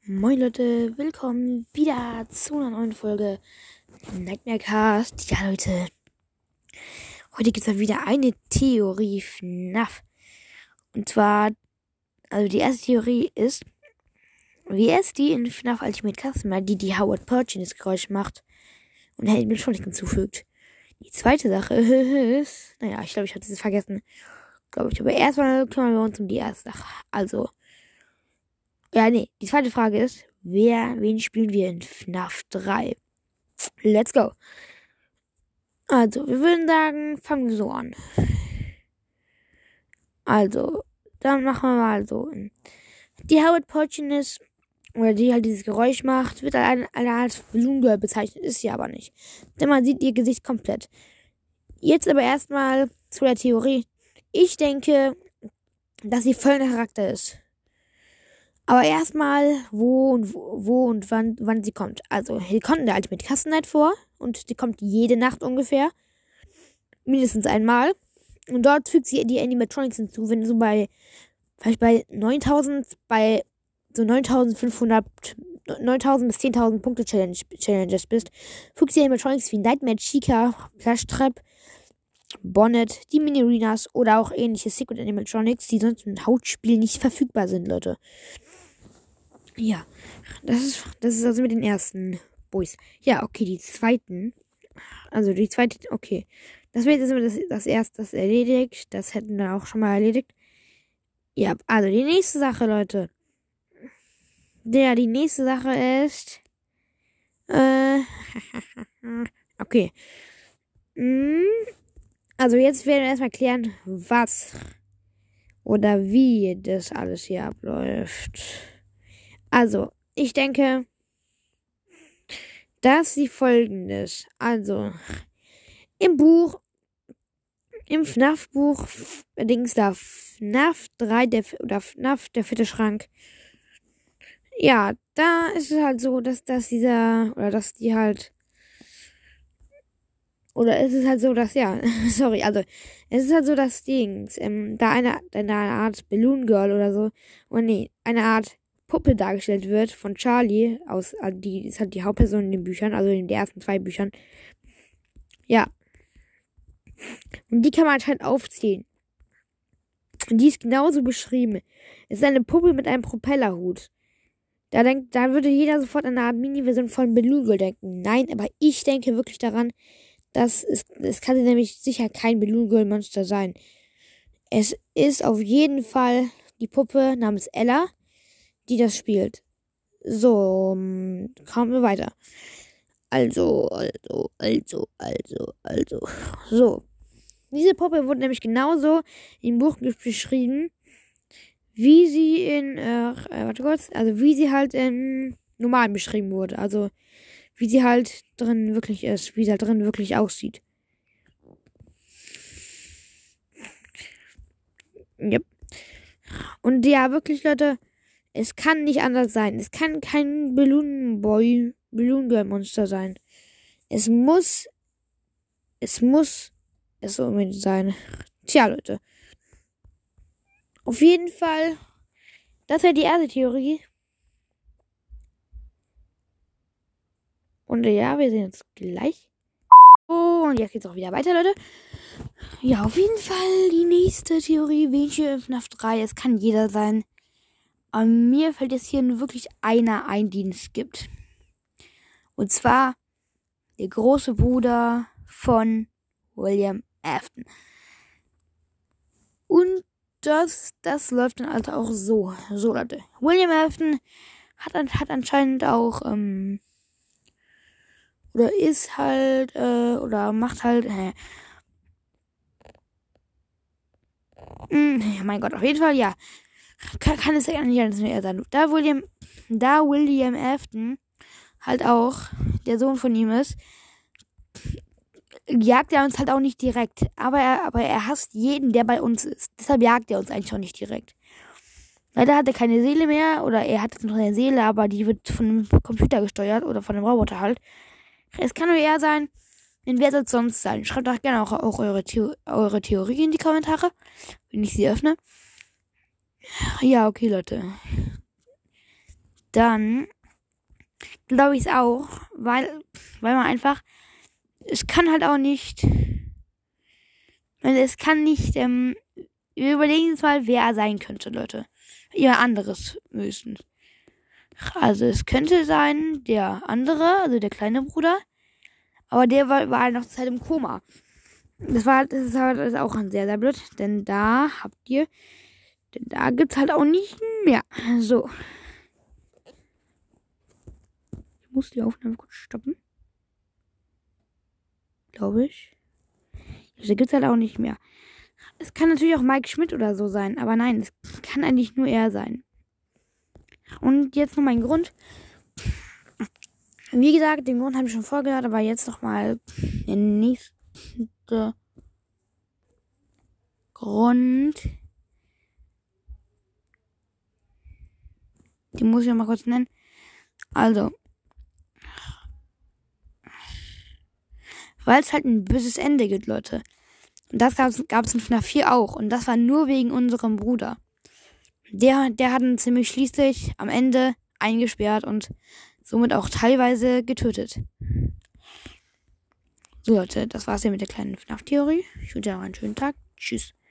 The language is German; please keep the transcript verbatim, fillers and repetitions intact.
Moin Leute, willkommen wieder zu einer neuen Folge Nightmare Cast. Ja Leute, heute gibt es mal wieder eine Theorie F N A F. Und zwar, also die erste Theorie ist, wie es die in F N A F Ultimate Customer, die die Howard Purchase Geräusch macht und Helden mit Tronic hinzufügt. Die zweite Sache ist, naja, ich glaube, ich habe es vergessen, glaube ich, aber erstmal kümmern wir uns um die erste Sache. Also, ja, nee, die zweite Frage ist, wer, wen spielen wir in F N A F drei? Let's go. Also, wir würden sagen, fangen wir so an. Also, dann machen wir mal so. Die Howard Purchase, oder die halt dieses Geräusch macht, wird als eine Art Balloon Girl bezeichnet, ist sie aber nicht. Denn man sieht ihr Gesicht komplett. Jetzt aber erstmal zu der Theorie. Ich denke, dass sie voll ein Charakter ist. Aber erstmal, wo und wo, wo und wann, wann sie kommt. Also, hier kommt in der Ultimate Custom Night vor und die kommt jede Nacht ungefähr. Mindestens einmal. Und dort fügt sie die Animatronics hinzu, wenn du so bei, vielleicht bei neuntausend, bei so neuntausendfünfhundert, neuntausend bis zehntausend Punkte Challenge, Challenges bist, fügt sie Animatronics wie Nightmare, Chica, Plush Trap, Bonnet, die Mini-Arenas oder auch ähnliche Secret Animatronics, die sonst im Hauptspiel nicht verfügbar sind, Leute. Ja, das ist, das ist also mit den ersten Boys. Ja, okay, die zweiten. Also die zweite, okay. Das wird jetzt immer das, das erste, das erledigt. Das hätten wir auch schon mal erledigt. Ja, also die nächste Sache, Leute. Ja, die nächste Sache ist. Äh. Okay. Also jetzt werden wir erstmal klären, was oder wie das alles hier abläuft. Also, ich denke, dass sie folgendes. Also, im Buch, im F N A F-Buch, allerdings da F N A F drei, der, oder F N A F, der vierte Schrank. Ja, da ist es halt so, dass, dass dieser, oder dass die halt, oder ist es halt so, dass, ja, sorry, also, es ist halt so, dass Dings, ähm, da eine, eine Art Balloon Girl oder so, oder nee, eine Art Puppe dargestellt wird von Charlie, aus, also die ist halt die Hauptperson in den Büchern, also in den ersten zwei Büchern. Ja. Und die kann man anscheinend aufziehen. Und die ist genauso beschrieben. Es ist eine Puppe mit einem Propellerhut. Da denkt, da würde jeder sofort an eine Art Mini-Version von Balloon Girl denken. Nein, aber ich denke wirklich daran, dass es, es kann nämlich sicher kein Balloon Girl Monster sein. Es ist auf jeden Fall die Puppe namens Ella, die das spielt. So, kommen wir weiter. Also, also, also, also, also. So. Diese Puppe wurde nämlich genauso im Buch beschrieben, wie sie in, äh, warte kurz, also wie sie halt in Normalen beschrieben wurde. Also, wie sie halt drin wirklich ist, wie sie halt drin wirklich aussieht. Yep. Und ja, wirklich, Leute, es kann nicht anders sein. Es kann kein Balloon Boy, Balloon Girl Monster sein. Es muss, es muss es unbedingt sein. Tja, Leute. Auf jeden Fall, das wäre die erste Theorie. Und ja, wir sehen uns gleich. Und jetzt geht's auch wieder weiter, Leute. Ja, auf jeden Fall die nächste Theorie. Welche F N A F drei? Es kann jeder sein. Aber mir fällt jetzt hier nur wirklich einer ein, den es gibt. Und zwar der große Bruder von William Afton. Und das, das läuft dann halt auch so. So, Leute. William Afton hat, hat anscheinend auch, ähm, oder ist halt, äh, oder macht halt, äh, mh, mein Gott, auf jeden Fall, ja. Kann, kann es ja nicht alles mehr sein. Da William, da William Afton halt auch der Sohn von ihm ist, jagt er uns halt auch nicht direkt. Aber er, aber er hasst jeden, der bei uns ist. Deshalb jagt er uns eigentlich auch nicht direkt. Leider hat er keine Seele mehr, oder er hat jetzt noch eine Seele, aber die wird von einem Computer gesteuert oder von einem Roboter halt. Es kann nur er sein, denn wer soll es sonst sein? Schreibt doch gerne auch, auch eure, Theo- eure Theorie in die Kommentare, wenn ich sie öffne. Ja, okay, Leute. dann glaube ich es auch, weil, weil man einfach, es kann halt auch nicht, es kann nicht, ähm, wir überlegen uns mal, wer er sein könnte, Leute. Jemand anderes höchstens. Also es könnte sein, der andere, also der kleine Bruder, aber der war, war halt noch zur Zeit im Koma. Das war das ist halt das ist auch sehr, sehr blöd, denn da habt ihr, denn da gibt's halt auch nicht mehr. So. Ich muss die Aufnahme kurz stoppen. Glaube ich. Da gibt's halt auch nicht mehr. Es kann natürlich auch Mike Schmidt oder so sein, aber nein, es kann eigentlich nur er sein. Und jetzt noch mein Grund. Wie gesagt, den Grund habe ich schon vorgehört, aber jetzt noch mal der nächste Grund. Die muss ich noch mal kurz nennen. Also, weil es halt ein böses Ende gibt, Leute. Und das gab es in F NAF vier auch. Und das war nur wegen unserem Bruder. Der, der hat uns ziemlich schließlich am Ende eingesperrt und somit auch teilweise getötet. So Leute, das war's ja mit der kleinen F NAF-Theorie. Ich wünsche euch noch einen schönen Tag. Tschüss.